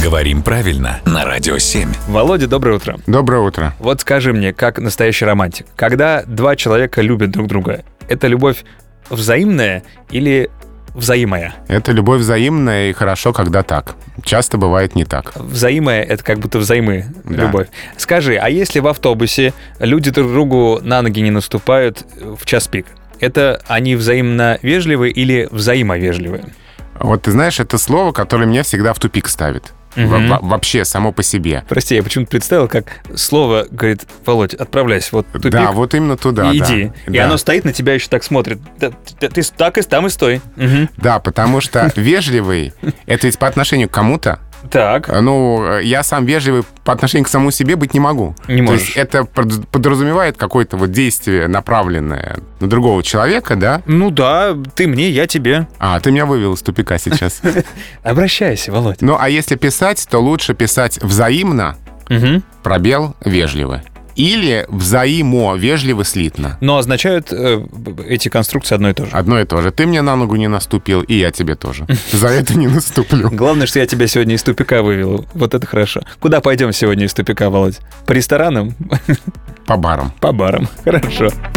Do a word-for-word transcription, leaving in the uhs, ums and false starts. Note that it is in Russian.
Говорим правильно на Радио семь. Володя, доброе утро. Доброе утро. Вот скажи мне, как настоящий романтик, когда два человека любят друг друга, это любовь взаимная или взаимая? Это любовь взаимная, и хорошо, когда так. Часто бывает не так. Взаимая — это как будто взаймы, Да. любовь. Скажи, а если в автобусе люди друг другу на ноги не наступают в час пик, это они взаимно вежливы или взаимовежливы? Вот ты знаешь, это слово, которое меня всегда в тупик ставит. Мгм. Во- во- вообще, само по себе. Прости, я почему-то представил, как слово говорит: Володь, отправляйся, вот тупик, Да, вот именно туда, и да. иди. И Да. оно стоит на тебя еще так смотрит. Да, ты, ты так и там и стой. Мгм. Да, потому что вежливый — это ведь по отношению к кому-то. Так. Ну, я сам вежливый по отношению к самому себе быть не могу. Не То можешь. есть это под- подразумевает какое-то вот действие, направленное на другого человека, да? Ну да, ты мне, я тебе. А, ты меня вывел из тупика сейчас. Обращайся, Володь. Ну, а если писать, то лучше писать взаимно, Мгм. пробел, вежливо. Или взаимо-вежливо слитно. Но означают э, б- б- эти конструкции одно и то же. Одно и то же. Ты мне на ногу не наступил, и я тебе тоже. За это не наступлю. Главное, что я тебя сегодня из тупика вывел. Вот это хорошо. Куда пойдем сегодня из тупика, Володь? По ресторанам? По барам. По барам. Хорошо.